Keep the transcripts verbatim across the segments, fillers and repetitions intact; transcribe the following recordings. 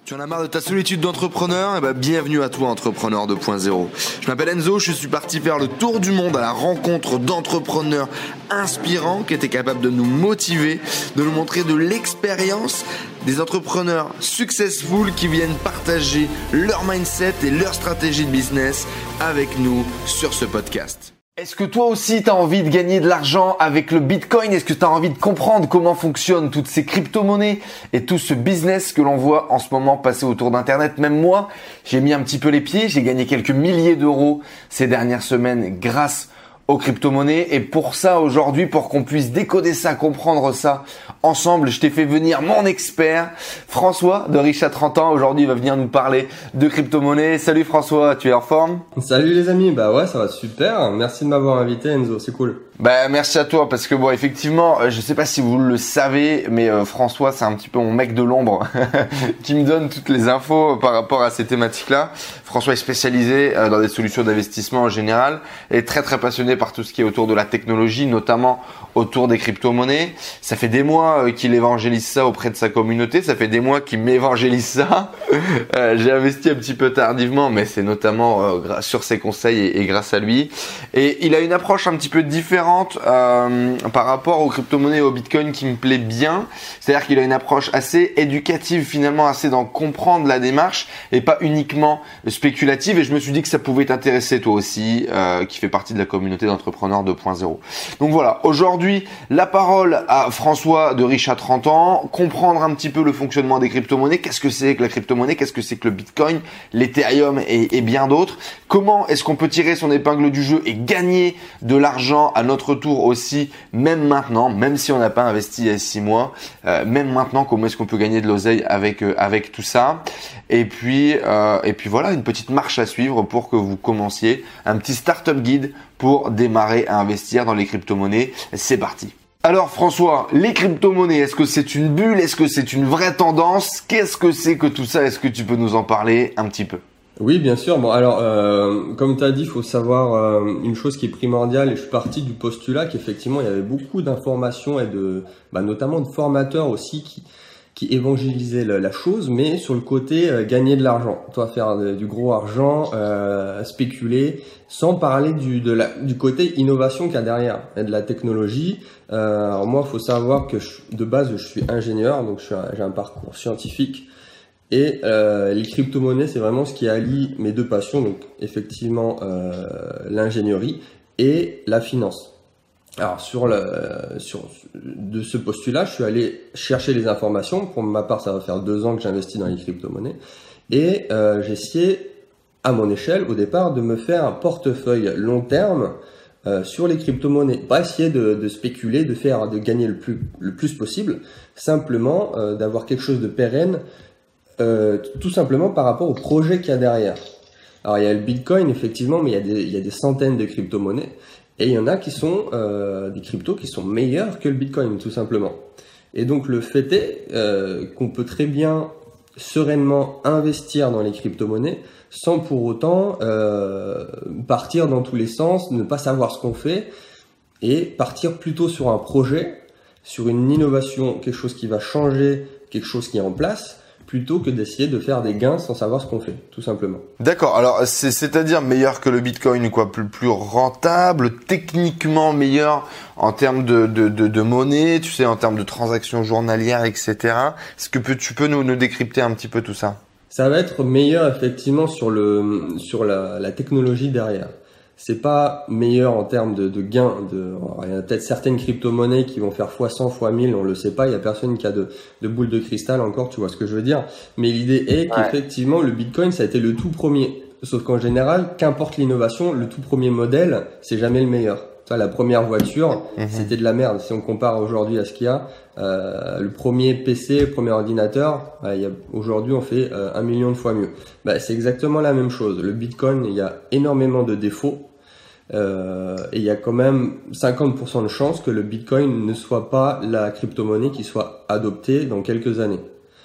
Tu en as marre de ta solitude d'entrepreneur? Eh ben, bienvenue à toi, Entrepreneur deux point zéro. Je m'appelle Enzo, je suis parti faire le tour du monde à la rencontre d'entrepreneurs inspirants qui étaient capables de nous motiver, de nous montrer de l'expérience, des entrepreneurs successful qui viennent partager leur mindset et leur stratégie de business avec nous sur ce podcast. Est-ce que toi aussi tu as envie de gagner de l'argent avec le Bitcoin? Est-ce que tu as envie de comprendre comment fonctionnent toutes ces crypto-monnaies et tout ce business que l'on voit en ce moment passer autour d'Internet? Même moi, j'ai mis un petit peu les pieds, j'ai gagné quelques milliers d'euros ces dernières semaines grâce aux crypto-monnaies. Et pour ça, aujourd'hui, pour qu'on puisse décoder ça, comprendre ça ensemble, je t'ai fait venir mon expert, François de Riche à trente ans. Aujourd'hui, il va venir nous parler de crypto-monnaies. Salut François, tu es en forme? Salut les amis, bah ouais, ça va super. Merci de m'avoir invité Enzo, c'est cool. Bah merci à toi parce que bon effectivement je sais pas si vous le savez mais euh, François c'est un petit peu mon mec de l'ombre qui me donne toutes les infos par rapport à ces thématiques là. François est spécialisé euh, dans des solutions d'investissement en général et très très passionné par tout ce qui est autour de la technologie, notamment autour des crypto-monnaies. Ça fait des mois euh, qu'il évangélise ça auprès de sa communauté, ça fait des mois qu'il m'évangélise ça. euh, j'ai investi un petit peu tardivement mais c'est notamment euh, sur ses conseils et, et grâce à lui. Et il a une approche un petit peu différente Euh, par rapport aux crypto-monnaies et au Bitcoin qui me plaît bien. C'est-à-dire qu'il a une approche assez éducative finalement, assez dans comprendre la démarche et pas uniquement spéculative. Et je me suis dit que ça pouvait t'intéresser toi aussi, euh, qui fait partie de la communauté d'entrepreneurs deux point zéro. Donc voilà, aujourd'hui, la parole à François de Riche à trente ans, comprendre un petit peu le fonctionnement des crypto-monnaies. Qu'est-ce que c'est que la crypto-monnaie? Qu'est-ce que c'est que le Bitcoin, l'Ethereum et, et bien d'autres? Comment est-ce qu'on peut tirer son épingle du jeu et gagner de l'argent à notre tour aussi, même maintenant, même si on n'a pas investi il y a six mois, euh, même maintenant, comment est-ce qu'on peut gagner de l'oseille avec euh, avec tout ça? Et puis euh, et puis voilà, une petite marche à suivre pour que vous commenciez, un petit startup guide pour démarrer à investir dans les crypto-monnaies. C'est parti. Alors François, les crypto-monnaies, est-ce que c'est une bulle? Est-ce que c'est une vraie tendance? Qu'est-ce que c'est que tout ça? Est-ce que tu peux nous en parler un petit peu? Oui, bien sûr. Bon, alors, euh, comme tu as dit, il faut savoir euh, une chose qui est primordiale, et je suis parti du postulat qu'effectivement, il y avait beaucoup d'informations et de, bah, notamment de formateurs aussi qui, qui évangélisaient la, la chose, mais sur le côté euh, gagner de l'argent. Toi, faire de, du gros argent, euh, spéculer, sans parler du, de la, du côté innovation qu'il y a derrière, et de la technologie. Euh, alors moi, il faut savoir que je, de base, je suis ingénieur, donc je suis un, j'ai un parcours scientifique. Et euh, les crypto-monnaies, c'est vraiment ce qui allie mes deux passions, donc effectivement euh, l'ingénierie et la finance. Alors sur le sur de ce postulat, je suis allé chercher les informations. Pour ma part, ça va faire deux ans que j'investis dans les crypto-monnaies et euh, j'ai essayé à mon échelle au départ de me faire un portefeuille long terme euh, sur les crypto-monnaies. Pas essayer de, de spéculer, de faire de gagner le plus le plus possible, simplement euh, d'avoir quelque chose de pérenne. Euh, tout simplement par rapport au projet qu'il y a derrière. Alors il y a le Bitcoin effectivement, mais il y a des, il y a des centaines de crypto-monnaies et il y en a qui sont euh, des cryptos qui sont meilleurs que le Bitcoin tout simplement. Et donc le fait est euh, qu'on peut très bien sereinement investir dans les crypto-monnaies sans pour autant euh, partir dans tous les sens, ne pas savoir ce qu'on fait et partir plutôt sur un projet, sur une innovation, quelque chose qui va changer, quelque chose qui est en place, plutôt que d'essayer de faire des gains sans savoir ce qu'on fait, tout simplement. D'accord, alors c'est, c'est-à-dire meilleur que le Bitcoin, quoi, plus, plus rentable, techniquement meilleur en termes de, de, de, de monnaie, tu sais, en termes de transactions journalières, et cetera. Est-ce que peux, tu peux nous, nous décrypter un petit peu tout ça? Ça va être meilleur effectivement sur, le, sur la, la technologie derrière. C'est pas meilleur en termes de, de gains. De, il y a peut-être certaines crypto-monnaies qui vont faire fois cent, fois mille, on le sait pas. Il y a personne qui a de, de boule de cristal encore, tu vois ce que je veux dire. Mais l'idée est qu'effectivement, ouais. Le Bitcoin, ça a été le tout premier. Sauf qu'en général, qu'importe l'innovation, le tout premier modèle, c'est jamais le meilleur. Tu vois, la première voiture, mmh. c'était de la merde. Si on compare aujourd'hui à ce qu'il y a, euh, le premier P C, le premier ordinateur, bah, il y a, aujourd'hui, on fait euh, un million de fois mieux. Bah, c'est exactement la même chose. Le Bitcoin, il y a énormément de défauts. Euh, et il y a quand même cinquante pour cent de chances que le Bitcoin ne soit pas la crypto-monnaie qui soit adoptée dans quelques années.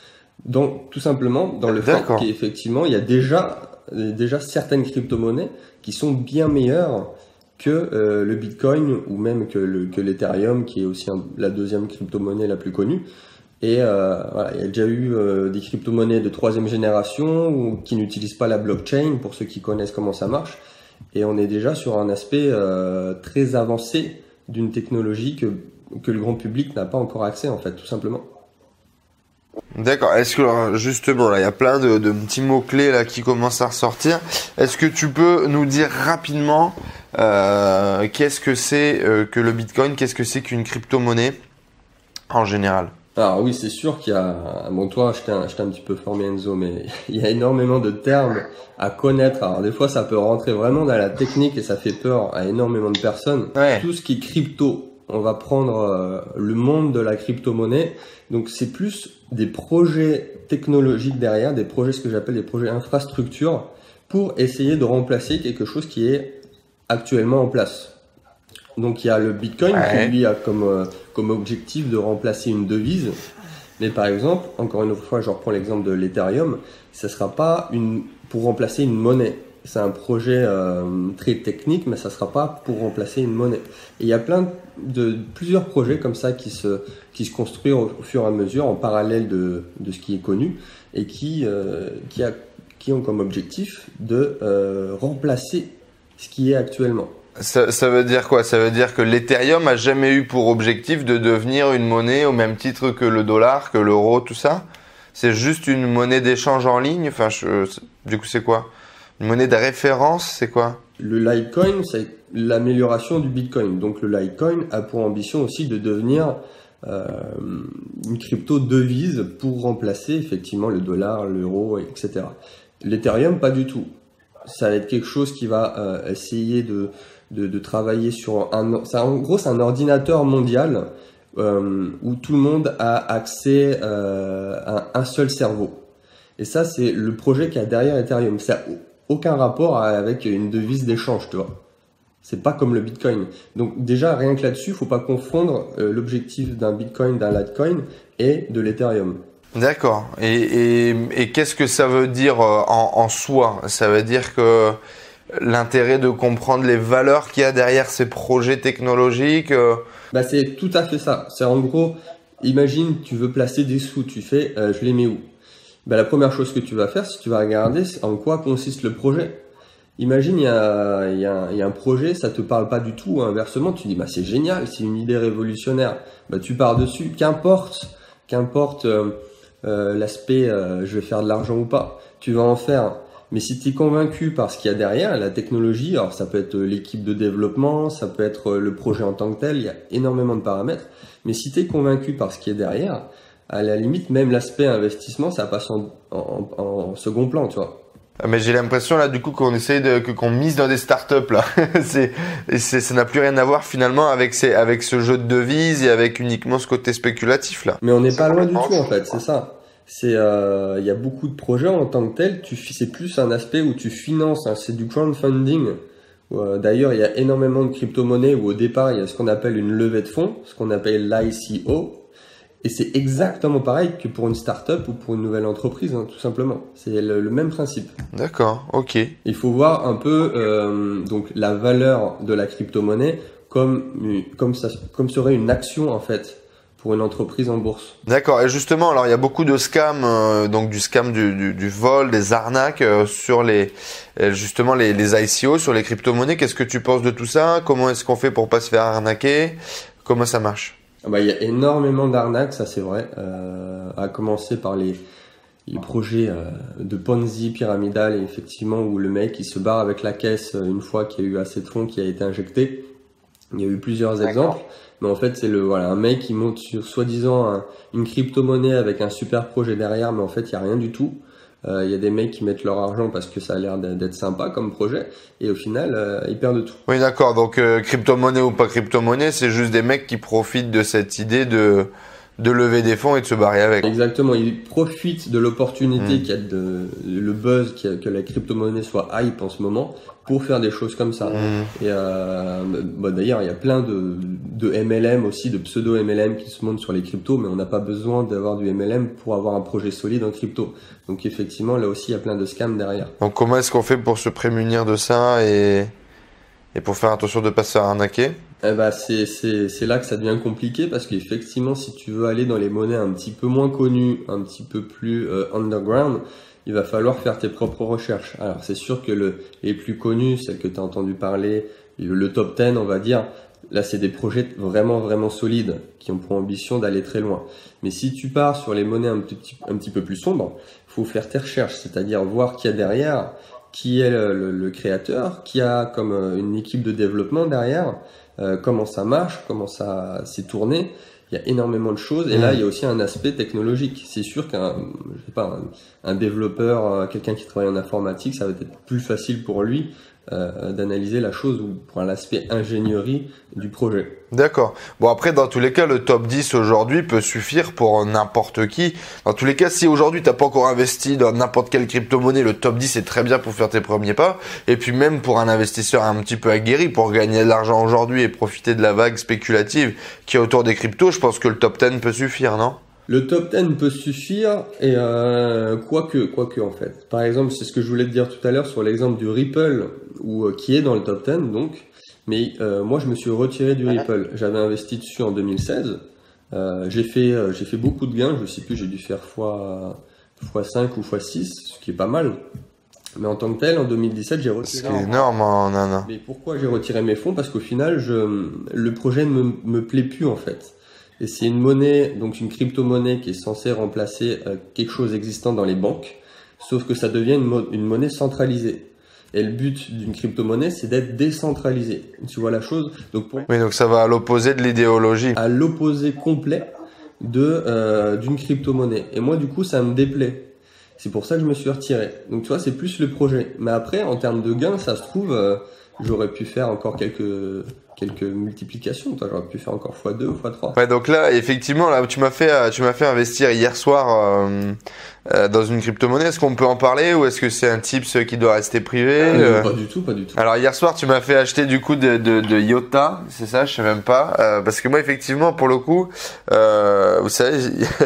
Donc, tout simplement, dans le D'accord. fait qu'effectivement, il y a déjà, déjà certaines crypto-monnaies qui sont bien meilleures que euh, le Bitcoin ou même que, le, que l'Ethereum, qui est aussi un, la deuxième crypto-monnaie la plus connue. Et euh, voilà, il y a déjà eu euh, des crypto-monnaies de troisième génération ou qui n'utilisent pas la blockchain, pour ceux qui connaissent comment ça marche. Et on est déjà sur un aspect euh, très avancé d'une technologie que, que le grand public n'a pas encore accès, en fait, tout simplement. D'accord. Est-ce que justement là, il y a plein de, de petits mots clés là qui commencent à ressortir. Est-ce que tu peux nous dire rapidement euh, qu'est-ce que c'est euh, que le Bitcoin, qu'est-ce que c'est qu'une crypto-monnaie en général? Alors oui, c'est sûr qu'il y a, bon toi, je t'ai un, je t'ai un petit peu formé Enzo, mais il y a énormément de termes à connaître. Alors des fois, ça peut rentrer vraiment dans la technique et ça fait peur à énormément de personnes. Ouais. Tout ce qui est crypto, on va prendre euh, le monde de la crypto-monnaie. Donc c'est plus des projets technologiques derrière, des projets, ce que j'appelle des projets infrastructure, pour essayer de remplacer quelque chose qui est actuellement en place. Donc il y a le Bitcoin ouais. qui lui a comme, euh, comme objectif de remplacer une devise. Mais par exemple, encore une fois, je reprends l'exemple de l'Ethereum, ça sera pas une, pour remplacer une monnaie. C'est un projet euh, très technique, mais ça sera pas pour remplacer une monnaie. Et il y a plein de plusieurs projets comme ça qui se qui se construisent au, au fur et à mesure en parallèle de de ce qui est connu et qui euh, qui a qui ont comme objectif de euh, remplacer ce qui est actuellement. Ça, ça veut dire quoi? Ça veut dire que l'Ethereum a jamais eu pour objectif de devenir une monnaie au même titre que le dollar, que l'euro, tout ça? C'est juste une monnaie d'échange en ligne? Enfin, je, du coup, c'est quoi? Une monnaie de référence, c'est quoi? Le Litecoin, c'est l'amélioration du Bitcoin. Donc le Litecoin a pour ambition aussi de devenir euh, une crypto-devise pour remplacer effectivement le dollar, l'euro, et cetera. L'Ethereum, pas du tout. Ça va être quelque chose qui va euh, essayer de, de, de travailler sur un... C'est en gros, c'est un ordinateur mondial euh, où tout le monde a accès euh, à un seul cerveau. Et ça, c'est le projet qu'il y a derrière Ethereum. Ça n'a aucun rapport avec une devise d'échange, tu vois. C'est pas comme le Bitcoin. Donc déjà, rien que là-dessus, faut pas confondre euh, l'objectif d'un Bitcoin, d'un Litecoin et de l'Ethereum. D'accord. Et, et, et qu'est-ce que ça veut dire en, en soi? Ça veut dire que l'intérêt de comprendre les valeurs qu'il y a derrière ces projets technologiques. Euh... Bah c'est tout à fait ça. C'est en gros, imagine tu veux placer des sous, tu fais, euh, je les mets où? Bah la première chose que tu vas faire, si tu vas regarder, c'est en quoi consiste le projet. Imagine il y a, il y a, il y a un projet, ça te parle pas du tout. Inversement, tu dis bah c'est génial, c'est une idée révolutionnaire. Bah tu pars dessus. Qu'importe, qu'importe. Euh, Euh, l'aspect euh, je vais faire de l'argent ou pas, tu vas en faire. Mais si tu es convaincu par ce qu'il y a derrière, la technologie, alors ça peut être l'équipe de développement, ça peut être le projet en tant que tel, il y a énormément de paramètres, mais si tu es convaincu par ce qui est derrière, à la limite, même l'aspect investissement, ça passe en, en, en second plan, tu vois. Mais j'ai l'impression là du coup qu'on essaye de que qu'on mise dans des startups là. c'est, c'est ça n'a plus rien à voir finalement avec ces avec ce jeu de devises et avec uniquement ce côté spéculatif là. Mais on n'est pas loin du tout en fait, c'est ça. C'est il euh, y a beaucoup de projets en tant que tel, tu c'est plus un aspect où tu finances, hein, c'est du crowdfunding. Euh, d'ailleurs, il y a énormément de crypto-monnaies où au départ, il y a ce qu'on appelle une levée de fonds, ce qu'on appelle l'I C O. Et c'est exactement pareil que pour une start-up ou pour une nouvelle entreprise, hein, tout simplement. C'est le, le même principe. D'accord, ok. Il faut voir un peu euh, donc la valeur de la crypto-monnaie comme comme ça comme serait une action en fait pour une entreprise en bourse. D'accord. Et justement, alors il y a beaucoup de scams, euh, donc du scam du, du, du vol, des arnaques euh, sur les justement les, les I C O, sur les crypto-monnaies. Qu'est-ce que tu penses de tout ça? Comment est-ce qu'on fait pour pas se faire arnaquer? Comment ça marche? Bah, il y a énormément d'arnaques, ça c'est vrai, euh, à commencer par les, les projets euh, de Ponzi pyramidal, et effectivement où le mec il se barre avec la caisse une fois qu'il y a eu assez de fonds qui a été injecté. Il y a eu plusieurs exemples, mais en fait c'est le voilà un mec qui monte sur soi-disant un, une crypto-monnaie avec un super projet derrière, mais en fait il y a rien du tout. Euh, il y a des mecs qui mettent leur argent parce que ça a l'air d'être sympa comme projet, et au final euh, ils perdent tout. Oui, d'accord. Donc euh, crypto-monnaie ou pas crypto-monnaie, c'est juste des mecs qui profitent de cette idée de de lever des fonds et de se barrer avec. Exactement, ils profitent de l'opportunité mmh. qu'il y a de le buzz qu'il y a, que la crypto-monnaie soit hype en ce moment pour faire des choses comme ça. Mmh. Et euh, bah, d'ailleurs, il y a plein de de M L M aussi, de pseudo M L M qui se montent sur les cryptos, mais on n'a pas besoin d'avoir du M L M pour avoir un projet solide en crypto. Donc effectivement, là aussi, il y a plein de scams derrière. Donc comment est-ce qu'on fait pour se prémunir de ça et et pour faire attention de ne pas se faire arnaquer? Eh ben, c'est, c'est, c'est là que ça devient compliqué parce qu'effectivement, si tu veux aller dans les monnaies un petit peu moins connues, un petit peu plus euh, underground, il va falloir faire tes propres recherches. Alors, c'est sûr que le, les plus connus, celles que tu as entendu parler, le, le top dix, on va dire, là, c'est des projets vraiment, vraiment solides qui ont pour ambition d'aller très loin. Mais si tu pars sur les monnaies un petit, un petit peu plus sombres, faut faire tes recherches, c'est-à-dire voir qui y a derrière, qui est le, le, le créateur, qui a comme une équipe de développement derrière, euh, comment ça marche, comment ça s'est tourné. Il y a énormément de choses et là il y a aussi un aspect technologique. C'est sûr qu'un, je sais pas, un, un développeur, quelqu'un qui travaille en informatique, ça va être plus facile pour lui euh, d'analyser la chose ou pour l'aspect ingénierie du projet. D'accord. Bon, après, dans tous les cas, le top dix aujourd'hui peut suffire pour n'importe qui. Dans tous les cas, si aujourd'hui t'as pas encore investi dans n'importe quelle crypto-monnaie, le top dix est très bien pour faire tes premiers pas. Et puis même pour un investisseur un petit peu aguerri, pour gagner de l'argent aujourd'hui et profiter de la vague spéculative qui est autour des cryptos, je pense que le top dix peut suffire, non? Le top dix peut suffire et euh, quoique, quoique en fait. Par exemple, c'est ce que je voulais te dire tout à l'heure sur l'exemple du Ripple, où, euh, qui est dans le top dix donc. Mais euh, moi, je me suis retiré du Ripple. J'avais investi dessus en deux mille seize. Euh, j'ai fait, euh, j'ai fait beaucoup de gains. Je sais plus, j'ai dû faire fois, fois cinq ou fois six, ce qui est pas mal. Mais en tant que tel, en deux mille dix-sept, j'ai retiré. C'est énorme, en un an. Mais pourquoi j'ai retiré mes fonds? Parce qu'au final, je, le projet ne me, me plaît plus en fait. Et c'est une monnaie, donc une crypto-monnaie qui est censée remplacer euh, quelque chose existant dans les banques. Sauf que ça devient une, mo- une monnaie centralisée. Et le but d'une crypto-monnaie, c'est d'être décentralisé. Tu vois la chose? Donc pour... Oui, donc ça va à l'opposé de l'idéologie. À l'opposé complet de euh, d'une crypto-monnaie. Et moi, du coup, ça me déplaît. C'est pour ça que je me suis retiré. Donc tu vois, c'est plus le projet. Mais après, en termes de gains, ça se trouve, euh, j'aurais pu faire encore quelques quelques multiplications. Toi, j'aurais pu faire encore fois deux, fois trois. Ouais, donc là, effectivement, là, tu m'as fait, tu m'as fait investir hier soir euh, euh, dans une crypto-monnaie. Est-ce qu'on peut en parler ou est-ce que c'est un tips qui doit rester privé? euh, Pas du tout, pas du tout. Alors hier soir, tu m'as fait acheter du coup de de, de Iota, c'est ça? Je sais même pas, euh, parce que moi, effectivement, pour le coup, euh, vous savez,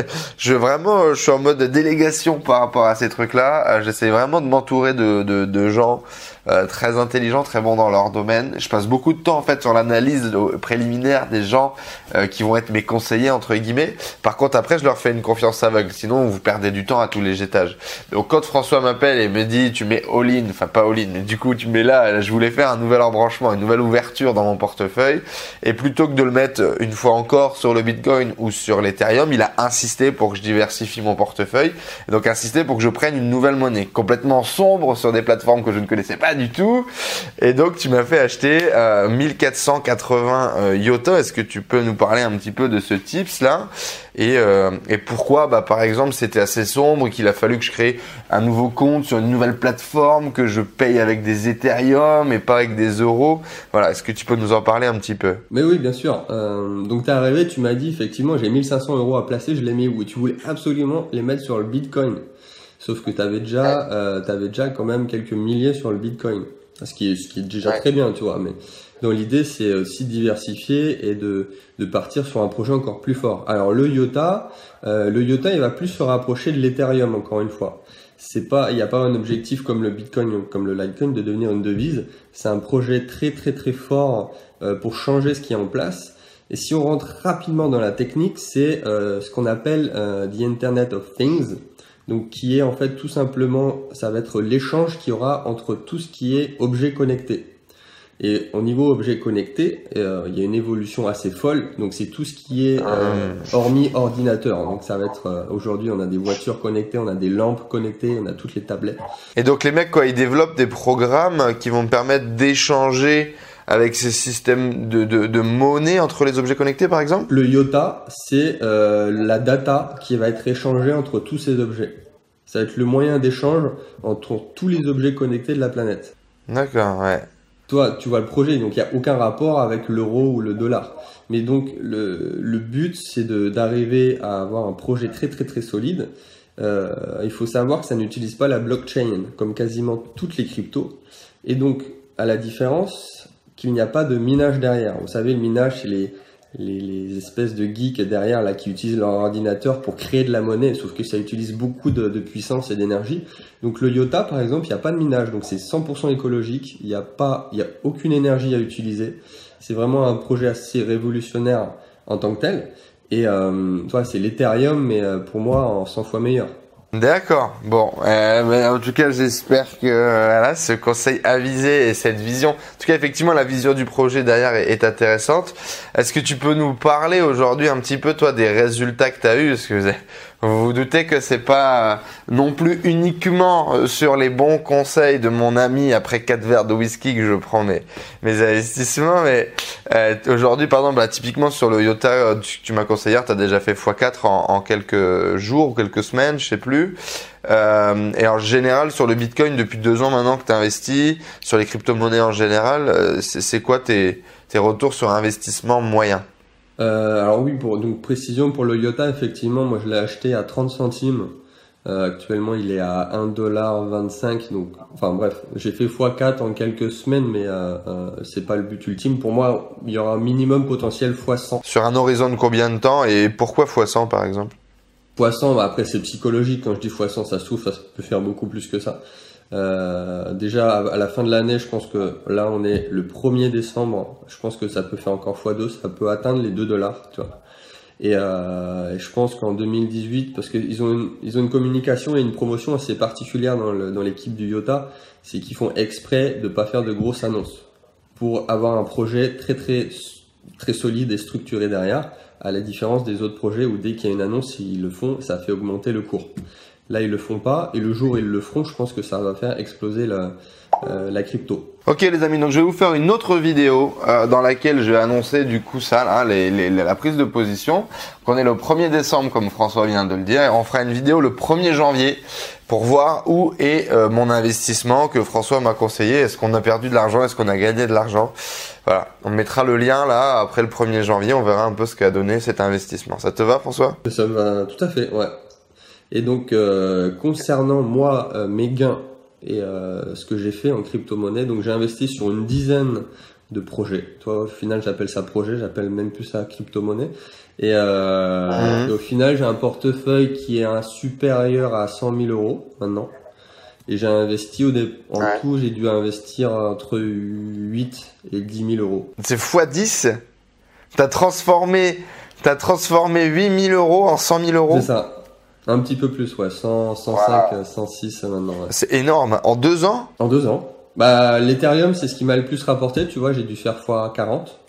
je vraiment, je suis en mode délégation par rapport à ces trucs-là. Euh, j'essaie vraiment de m'entourer de de, de gens euh, très intelligents, très bons dans leur domaine. Je passe beaucoup de temps en fait sur l'analyse préliminaire des gens euh, qui vont être mes conseillers entre guillemets. Par contre, après, je leur fais une confiance aveugle. Sinon, vous perdez du temps à tous les étages. Donc, quand François m'appelle et me dit, tu mets all-in, enfin pas all-in, mais du coup, tu mets là, là, je voulais faire un nouvel embranchement, une nouvelle ouverture dans mon portefeuille. Et plutôt que de le mettre une fois encore sur le Bitcoin ou sur l'Ethereum, il a insisté pour que je diversifie mon portefeuille. Et donc, insisté pour que je prenne une nouvelle monnaie complètement sombre sur des plateformes que je ne connaissais pas du tout. Et donc, tu m'as fait acheter euh, mille quatre cent quatre-vingts euh, Iota. Est-ce que tu peux nous parler un petit peu de ce tips là et, euh, et pourquoi, bah, par exemple, c'était assez sombre, qu'il a fallu que je crée un nouveau compte sur une nouvelle plateforme, que je paye avec des Ethereum et pas avec des euros. Voilà, est-ce que tu peux nous en parler un petit peu? Mais oui, bien sûr. Euh, donc t'es arrivé, tu m'as dit effectivement j'ai mille cinq cents euros à placer, je les mets où? Et tu voulais absolument les mettre sur le Bitcoin. Sauf que t'avais déjà, euh, t'avais déjà quand même quelques milliers sur le Bitcoin. Ce qui est, ce qui est déjà Ouais. très bien, tu vois. Mais dans l'idée, c'est aussi diversifier et de, de partir sur un projet encore plus fort. Alors le Iota, euh, le Iota, il va plus se rapprocher de l'Ethereum encore une fois. C'est pas, il n'y a pas un objectif comme le Bitcoin, comme le Litecoin de devenir une devise. C'est un projet très très très fort euh, pour changer ce qui est en place. Et si on rentre rapidement dans la technique, c'est euh, ce qu'on appelle euh, the Internet of Things. Donc, qui est en fait tout simplement, ça va être l'échange qu'il y aura entre tout ce qui est objet connecté. Et au niveau objet connecté, euh, il y a une évolution assez folle. Donc, c'est tout ce qui est euh, hormis ordinateur. Donc, ça va être euh, aujourd'hui, on a des voitures connectées, on a des lampes connectées, on a toutes les tablettes. Et donc les mecs, quoi, ils développent des programmes qui vont permettre d'échanger avec ces systèmes de, de, de monnaie entre les objets connectés, par exemple? Le Iota, c'est euh, la data qui va être échangée entre tous ces objets. Ça va être le moyen d'échange entre tous les objets connectés de la planète. D'accord, ouais. Toi, tu vois le projet, donc il n'y a aucun rapport avec l'euro ou le dollar. Mais donc, le, le but, c'est de, d'arriver à avoir un projet très très très solide. Euh, il faut savoir que ça n'utilise pas la blockchain, comme quasiment toutes les cryptos. Et donc, à la différence qu'il n'y a pas de minage derrière. Vous savez, le minage, c'est les, les, les espèces de geeks derrière là qui utilisent leur ordinateur pour créer de la monnaie, sauf que ça utilise beaucoup de, de puissance et d'énergie. Donc le Iota, par exemple, il n'y a pas de minage, donc c'est cent pour cent écologique, il n'y a pas, il y a aucune énergie à utiliser. c'est vraiment un projet assez révolutionnaire en tant que tel. Et euh, toi, c'est l'Ethereum, mais euh, pour moi, en cent fois meilleur. D'accord. Bon, euh, mais en tout cas, j'espère que euh, voilà, ce conseil avisé et cette vision, en tout cas, effectivement, la vision du projet derrière est, est intéressante. Est-ce que tu peux nous parler aujourd'hui un petit peu, toi, des résultats que tu as eus? Parce que vous, avez, vous vous doutez que c'est pas euh, non plus uniquement sur les bons conseils de mon ami après quatre verres de whisky que je prends mes, mes investissements, mais euh, aujourd'hui, par exemple, bah, typiquement sur le IOTA, tu, tu m'as conseillé hier, tu as déjà fait fois quatre en, en quelques jours ou quelques semaines, je sais plus. Euh, et en général, sur le Bitcoin, depuis deux ans maintenant que tu investis, sur les crypto-monnaies en général, euh, c'est, c'est quoi tes, tes retours sur investissement moyen? Euh, alors oui, pour donc précision pour le IOTA, effectivement, moi je l'ai acheté à trente centimes. Euh, actuellement, il est à un dollar vingt-cinq. Donc, enfin bref, j'ai fait fois quatre en quelques semaines, mais euh, euh, c'est pas le but ultime. Pour moi, il y aura un minimum potentiel fois cent. Sur un horizon de combien de temps et pourquoi fois cent par exemple? Fois cent, bah après c'est psychologique. Quand je dis fois cent, ça souffle, ça peut faire beaucoup plus que ça. Euh, déjà à la fin de l'année, je pense que là on est le premier décembre, je pense que ça peut faire encore fois deux, ça peut atteindre les deux dollars, tu vois. Et, euh, et je pense qu'en deux mille dix-huit, parce qu'ils ont une, ils ont une communication et une promotion assez particulière dans, le, dans l'équipe du IOTA, c'est qu'ils font exprès de pas faire de grosses annonces pour avoir un projet très très très solide et structuré derrière, à la différence des autres projets où dès qu'il y a une annonce, ils le font, ça fait augmenter le cours. Là, ils le font pas, et le jour où ils le feront, je pense que ça va faire exploser la, euh, la crypto. Ok les amis, donc je vais vous faire une autre vidéo euh, dans laquelle je vais annoncer du coup ça, là, les, les, la prise de position. On est le premier décembre comme François vient de le dire, et on fera une vidéo le premier janvier pour voir où est euh, mon investissement que François m'a conseillé. Est-ce qu'on a perdu de l'argent, est-ce qu'on a gagné de l'argent? Voilà, on mettra le lien là après le premier janvier, on verra un peu ce qu'a donné cet investissement. Ça te va François? Ça me va tout à fait, ouais. Et donc euh, concernant moi, euh, mes gains et euh, ce que j'ai fait en crypto-monnaie, donc j'ai investi sur une dizaine de projets. Toi, au final, j'appelle ça projet, j'appelle même plus ça crypto-monnaie. Et, euh, mmh. et au final, j'ai un portefeuille qui est un supérieur à cent mille euros maintenant. Et j'ai investi au dé... en ouais. tout, j'ai dû investir entre huit et dix mille euros. C'est fois dix. T'as transformé, t'as transformé huit mille euros en cent mille euros. C'est ça. Un petit peu plus, ouais. cent, cent cinq, wow. cent six maintenant. Ouais. C'est énorme. En deux ans? En deux ans. Bah, l'Ethereum, c'est ce qui m'a le plus rapporté. Tu vois, j'ai dû faire fois quarante.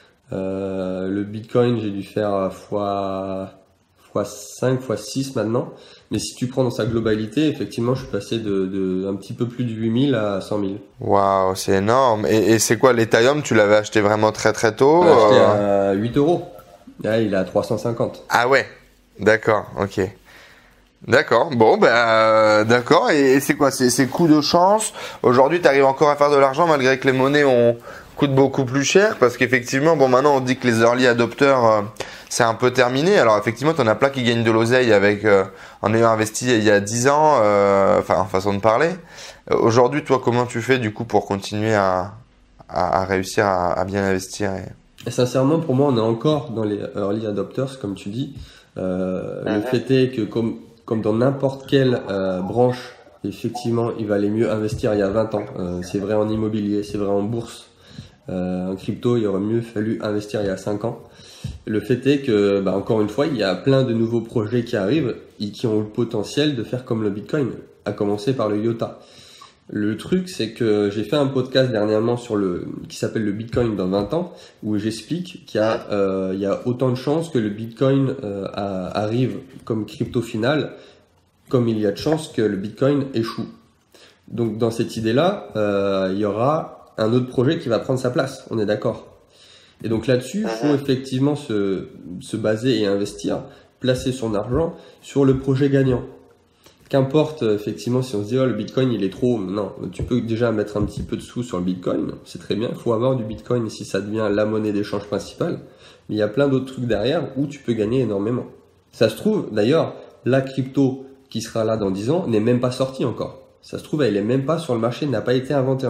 Euh, le Bitcoin, j'ai dû faire fois, fois cinq, fois six maintenant. Mais si tu prends dans sa globalité, effectivement, je suis passé de, de un petit peu plus de huit mille à cent mille. Waouh, c'est énorme. Et, et c'est quoi l'Ethereum? Tu l'avais acheté vraiment très très tôt? Je l'ai acheté à huit euros. Là, il est à trois cent cinquante. Ah ouais. D'accord, ok. D'accord, bon ben euh, d'accord, et, et c'est quoi, c'est, c'est coup de chance? Aujourd'hui tu arrives encore à faire de l'argent malgré que les monnaies ont, coûtent beaucoup plus cher, parce qu'effectivement, bon maintenant on dit que les early adopters euh, c'est un peu terminé, alors effectivement tu en as plein qui gagnent de l'oseille avec euh, en ayant investi il y a dix ans, euh, enfin en façon de parler. Euh, aujourd'hui toi comment tu fais du coup pour continuer à, à, à réussir à, à bien investir et... Et sincèrement pour moi on est encore dans les early adopters comme tu dis, euh, mm-hmm. Le fait est que comme Comme dans n'importe quelle euh, branche, effectivement, il valait mieux investir il y a vingt ans. Euh, c'est vrai en immobilier, c'est vrai en bourse. Euh, en crypto, il aurait mieux fallu investir il y a cinq ans. Le fait est que, bah, encore une fois, il y a plein de nouveaux projets qui arrivent et qui ont le potentiel de faire comme le Bitcoin, à commencer par le IOTA. Le truc, c'est que j'ai fait un podcast dernièrement sur le qui s'appelle le Bitcoin dans vingt ans, où j'explique qu'il y a, euh, il y a autant de chances que le Bitcoin euh, a, arrive comme crypto finale, comme il y a de chances que le Bitcoin échoue. Donc dans cette idée-là, euh, il y aura un autre projet qui va prendre sa place, on est d'accord. Et donc là-dessus, il faut effectivement se, se baser et investir, placer son argent sur le projet gagnant. Qu'importe, effectivement, si on se dit, oh, le Bitcoin, il est trop... Non, tu peux déjà mettre un petit peu de sous sur le Bitcoin. C'est très bien. Il faut avoir du Bitcoin si ça devient la monnaie d'échange principale. Mais il y a plein d'autres trucs derrière où tu peux gagner énormément. Ça se trouve, d'ailleurs, la crypto qui sera là dans dix ans n'est même pas sortie encore. Ça se trouve, elle est même pas sur le marché, n'a pas été inventée encore.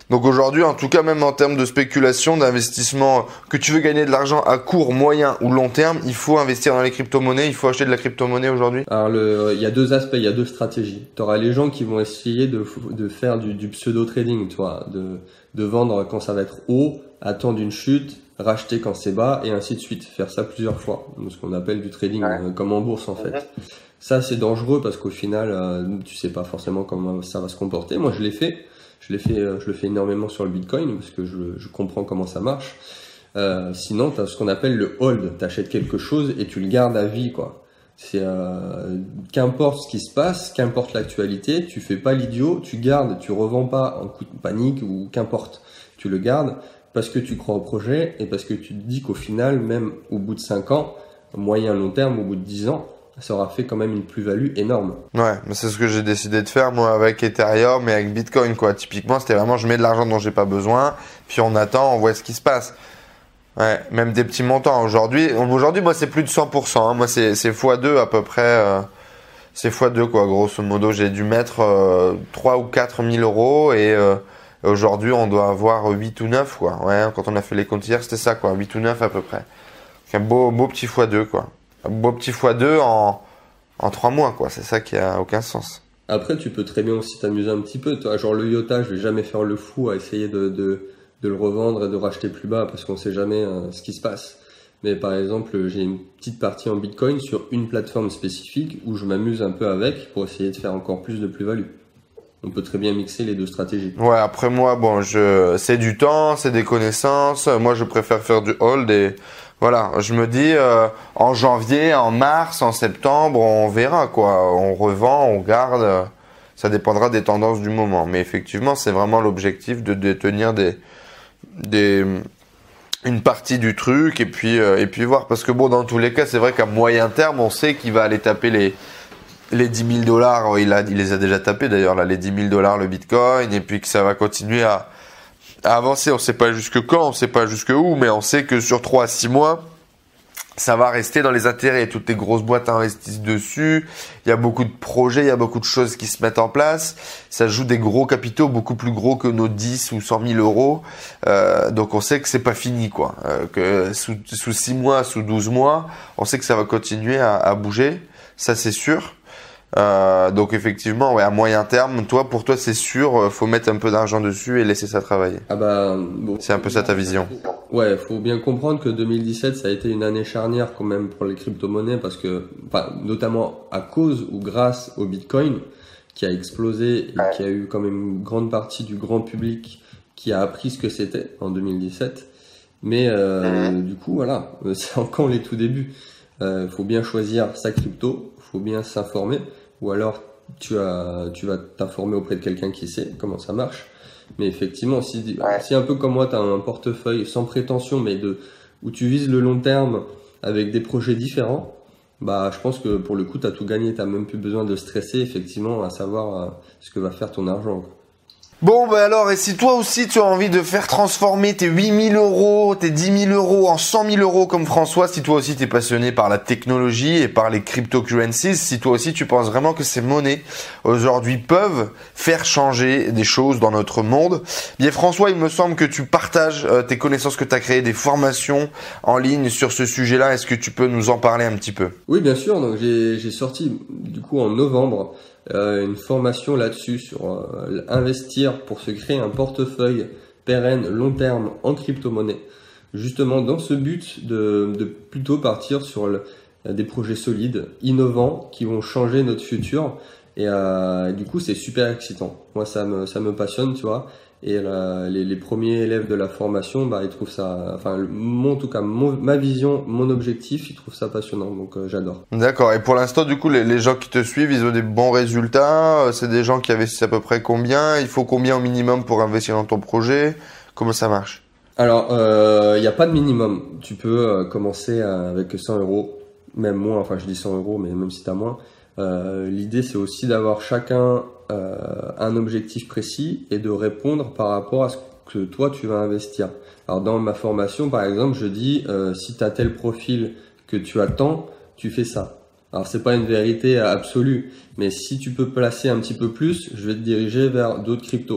Donc aujourd'hui, en tout cas, même en termes de spéculation, d'investissement, que tu veux gagner de l'argent à court, moyen ou long terme, il faut investir dans les crypto-monnaies, il faut acheter de la crypto-monnaie aujourd'hui. Alors le, il y a deux aspects, il y a deux stratégies. Tu auras les gens qui vont essayer de, de faire du, du pseudo-trading, tu vois, de, de vendre quand ça va être haut, attendre une chute, racheter quand c'est bas et ainsi de suite. Faire ça plusieurs fois, ce qu'on appelle du trading, ouais. euh, comme en bourse en fait. Ouais. Ça c'est dangereux parce qu'au final, euh, tu sais pas forcément comment ça va se comporter. Moi je l'ai fait, je l'ai fait, je le fais énormément sur le Bitcoin parce que je, je comprends comment ça marche. Euh, sinon, tu as ce qu'on appelle le hold. Tu achètes quelque chose et tu le gardes à vie, quoi. C'est euh, qu'importe ce qui se passe, qu'importe l'actualité, tu fais pas l'idiot, tu gardes, tu revends pas en coup de panique ou qu'importe. Tu le gardes parce que tu crois au projet et parce que tu te dis qu'au final, même au bout de cinq ans, moyen long terme, au bout de dix ans, ça aura fait quand même une plus-value énorme. Ouais, mais c'est ce que j'ai décidé de faire moi avec Ethereum et avec Bitcoin, quoi. Typiquement, c'était vraiment je mets de l'argent dont j'ai pas besoin, puis on attend, on voit ce qui se passe. Ouais, même des petits montants. Aujourd'hui, aujourd'hui, moi, c'est plus de cent pour cent. Hein. Moi, c'est, c'est fois deux à peu près. Euh, c'est fois deux, quoi. Grosso modo, j'ai dû mettre euh, trois ou quatre mille euros et euh, aujourd'hui, on doit avoir huit ou neuf, quoi. Ouais, quand on a fait les comptes hier, c'était ça, quoi. huit ou neuf à peu près. Un beau, beau petit fois deux, quoi. Un beau petit fois deux en, en trois mois, quoi. C'est ça qui a aucun sens. Après, tu peux très bien aussi t'amuser un petit peu. Toi, genre le I O T A, je vais jamais faire le fou à essayer de, de, de le revendre et de racheter plus bas parce qu'on sait jamais euh, ce qui se passe. Mais par exemple, j'ai une petite partie en Bitcoin sur une plateforme spécifique où je m'amuse un peu avec pour essayer de faire encore plus de plus-value. On peut très bien mixer les deux stratégies. Ouais, après moi, bon, je, c'est du temps, c'est des connaissances. Moi, je préfère faire du hold et voilà. Je me dis, euh, en janvier, en mars, en septembre, on verra, quoi. On revend, on garde. Ça dépendra des tendances du moment. Mais effectivement, c'est vraiment l'objectif de détenir des, des, une partie du truc et puis, euh, et puis voir. Parce que bon, dans tous les cas, c'est vrai qu'à moyen terme, on sait qu'il va aller taper les, les dix mille dollars. Il a, il les a déjà tapés d'ailleurs, là, les dix mille dollars le Bitcoin. Et puis que ça va continuer à, à avancer. On sait pas jusque quand, on sait pas jusque où, mais on sait que sur trois à six mois, ça va rester dans les intérêts. Toutes les grosses boîtes investissent dessus. Il y a beaucoup de projets, il y a beaucoup de choses qui se mettent en place. Ça joue des gros capitaux, beaucoup plus gros que nos dix ou cent mille euros. Euh, donc on sait que c'est pas fini, quoi. Euh, que sous, sous six mois, sous douze mois, on sait que ça va continuer à, à bouger. Ça, c'est sûr. Euh, donc effectivement, ouais, à moyen terme, toi, pour toi, c'est sûr, faut mettre un peu d'argent dessus et laisser ça travailler. Ah bah, bon, c'est un peu ça ta vision. Ouais, faut bien comprendre que deux mille dix-sept, ça a été une année charnière quand même pour les crypto-monnaies parce que, enfin, notamment à cause ou grâce au Bitcoin qui a explosé et qui a eu quand même une grande partie du grand public qui a appris ce que c'était en deux mille dix-sept. Mais euh, du coup, voilà, c'est encore les tout débuts. Euh, faut bien choisir sa crypto, faut bien s'informer, ou alors tu as, tu vas t'informer auprès de quelqu'un qui sait comment ça marche. Mais effectivement, si, ouais. si un peu comme moi, tu as un portefeuille sans prétention, mais de, où tu vises le long terme avec des projets différents, bah, je pense que pour le coup, tu as tout gagné. Tu n'as même plus besoin de stresser, effectivement, à savoir euh, ce que va faire ton argent. Bon, bah alors, et si toi aussi tu as envie de faire transformer tes huit mille euros, tes dix mille euros en cent mille euros comme François, si toi aussi tu es passionné par la technologie et par les cryptocurrencies, si toi aussi tu penses vraiment que ces monnaies aujourd'hui peuvent faire changer des choses dans notre monde, bien François, il me semble que tu partages euh, tes connaissances, que tu as créé des formations en ligne sur ce sujet-là. Est-ce que tu peux nous en parler un petit peu? Oui, bien sûr. Donc j'ai, j'ai sorti du coup en novembre Euh, une formation là-dessus sur euh, investir pour se créer un portefeuille pérenne long terme en crypto-monnaie. Justement dans ce but de, de plutôt partir sur le, des projets solides, innovants, qui vont changer notre futur. Et euh, du coup c'est super excitant. Moi ça me, ça me passionne, tu vois. Et la, les, les premiers élèves de la formation, bah, ils trouvent ça, enfin, mon, en tout cas, mon, ma vision, mon objectif, ils trouvent ça passionnant, donc euh, j'adore. D'accord. Et pour l'instant, du coup, les, les gens qui te suivent, ils ont des bons résultats. C'est des gens qui investissent à peu près combien? Il faut combien au minimum pour investir dans ton projet? Comment ça marche? Alors, il euh, n'y a pas de minimum. Tu peux euh, commencer avec cent euros, même moins. Enfin, je dis cent euros, mais même si t'as moins. Euh, l'idée, c'est aussi d'avoir chacun euh, un objectif précis et de répondre par rapport à ce que toi, tu vas investir. Alors, dans ma formation, par exemple, je dis, euh, si tu as tel profil que tu attends, tu fais ça. Alors, c'est pas une vérité absolue, mais si tu peux placer un petit peu plus, je vais te diriger vers d'autres cryptos.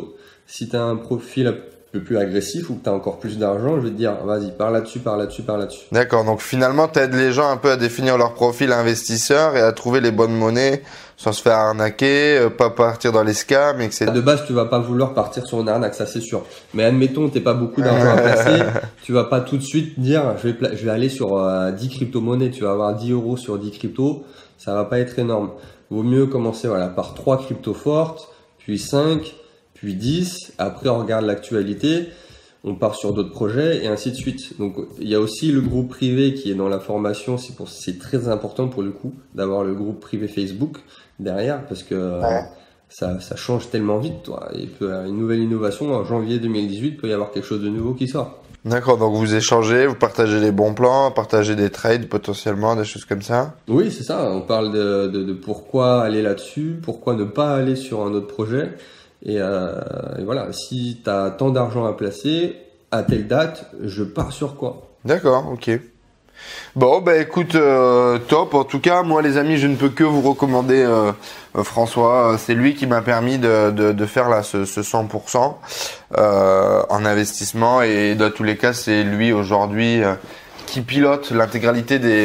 Si tu as un profil un peu plus agressif ou que tu as encore plus d'argent, je vais te dire, vas-y, pars là-dessus, pars là-dessus, pars là-dessus. D'accord, donc finalement, tu aides les gens un peu à définir leur profil investisseur et à trouver les bonnes monnaies sans se faire arnaquer, euh, pas partir dans les scams, et cetera. De base, tu vas pas vouloir partir sur une arnaque, ça c'est sûr. Mais admettons, t'es pas beaucoup d'argent à placer, tu vas pas tout de suite dire, je vais, pla- je vais aller sur euh, dix crypto-monnaies, tu vas avoir dix euros sur dix cryptos, ça va pas être énorme. Vaut mieux commencer voilà par trois cryptos fortes, puis cinq, puis dix. Après, on regarde l'actualité, on part sur d'autres projets et ainsi de suite. Donc, il y a aussi le groupe privé qui est dans la formation. C'est pour, c'est très important pour le coup d'avoir le groupe privé Facebook derrière parce que ouais. euh, ça, ça change tellement vite. Toi. Il peut y avoir une nouvelle innovation en janvier deux mille dix-huit, il peut y avoir quelque chose de nouveau qui sort. D'accord, donc vous échangez, vous partagez les bons plans, partagez des trades potentiellement, des choses comme ça. Oui, c'est ça. On parle de, de, de pourquoi aller là-dessus, pourquoi ne pas aller sur un autre projet. Et, euh, et voilà, si tu as tant d'argent à placer, à telle date, je pars sur quoi? D'accord, ok. Bon, bah écoute, euh, top. En tout cas, moi les amis, je ne peux que vous recommander euh, euh, François. C'est lui qui m'a permis de, de, de faire là ce, ce cent pour cent euh, en investissement. Et dans tous les cas, c'est lui aujourd'hui euh, qui pilote l'intégralité des,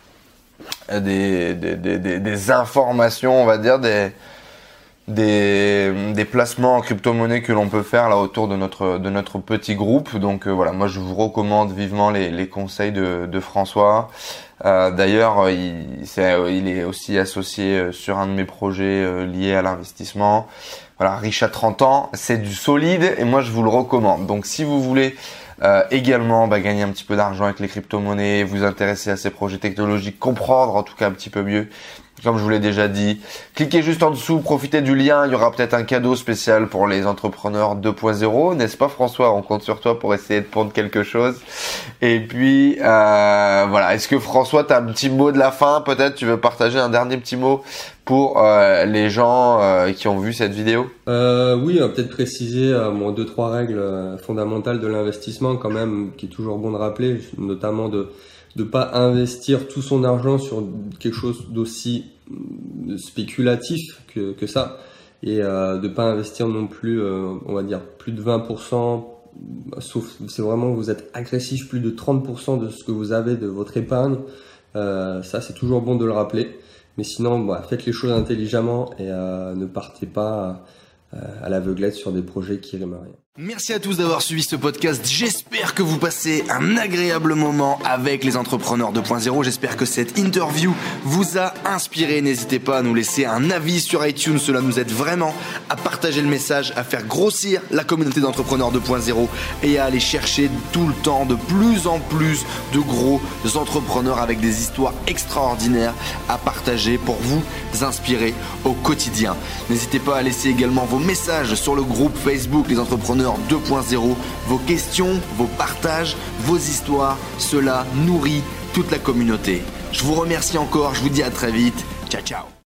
des, des, des, des, des informations, on va dire, des... Des, des placements en crypto-monnaie que l'on peut faire là autour de notre de notre petit groupe. Donc euh, voilà, moi je vous recommande vivement les, les conseils de, de François. Euh, d'ailleurs, il, c'est, il est aussi associé sur un de mes projets euh, liés à l'investissement. Voilà, riche à trente ans, c'est du solide et moi je vous le recommande. Donc si vous voulez euh, également bah, gagner un petit peu d'argent avec les crypto-monnaies, vous intéresser à ces projets technologiques, comprendre en tout cas un petit peu mieux, comme je vous l'ai déjà dit, cliquez juste en dessous, profitez du lien, il y aura peut-être un cadeau spécial pour les entrepreneurs deux point zéro, n'est-ce pas François? On compte sur toi pour essayer de pondre quelque chose. Et puis, euh, voilà, est-ce que François, tu as un petit mot de la fin? Peut-être tu veux partager un dernier petit mot pour euh, les gens euh, qui ont vu cette vidéo? euh, Oui, on va peut-être préciser euh, bon, deux, trois règles euh, fondamentales de l'investissement quand même, qui est toujours bon de rappeler, notamment de de pas investir tout son argent sur quelque chose d'aussi spéculatif que, que ça et euh, de pas investir non plus euh, on va dire plus de vingt pour cent, sauf c'est vraiment vous êtes agressif, plus de trente pour cent de ce que vous avez de votre épargne. Euh, ça c'est toujours bon de le rappeler, mais sinon bah, faites les choses intelligemment et euh, ne partez pas euh, à l'aveuglette sur des projets qui riment à rien. Merci à tous d'avoir suivi ce podcast. J'espère que vous passez un agréable moment avec les entrepreneurs deux point zéro. J'espère que cette interview vous a inspiré. N'hésitez pas à nous laisser un avis sur iTunes. Cela nous aide vraiment à partager le message, à faire grossir la communauté d'entrepreneurs deux point zéro et à aller chercher tout le temps de plus en plus de gros entrepreneurs avec des histoires extraordinaires à partager pour vous inspirer au quotidien. N'hésitez pas à laisser également vos messages sur le groupe Facebook Les Entrepreneurs deux point zéro, vos questions, vos partages, vos histoires, cela nourrit toute la communauté. Je vous remercie encore, je vous dis à très vite. Ciao ciao.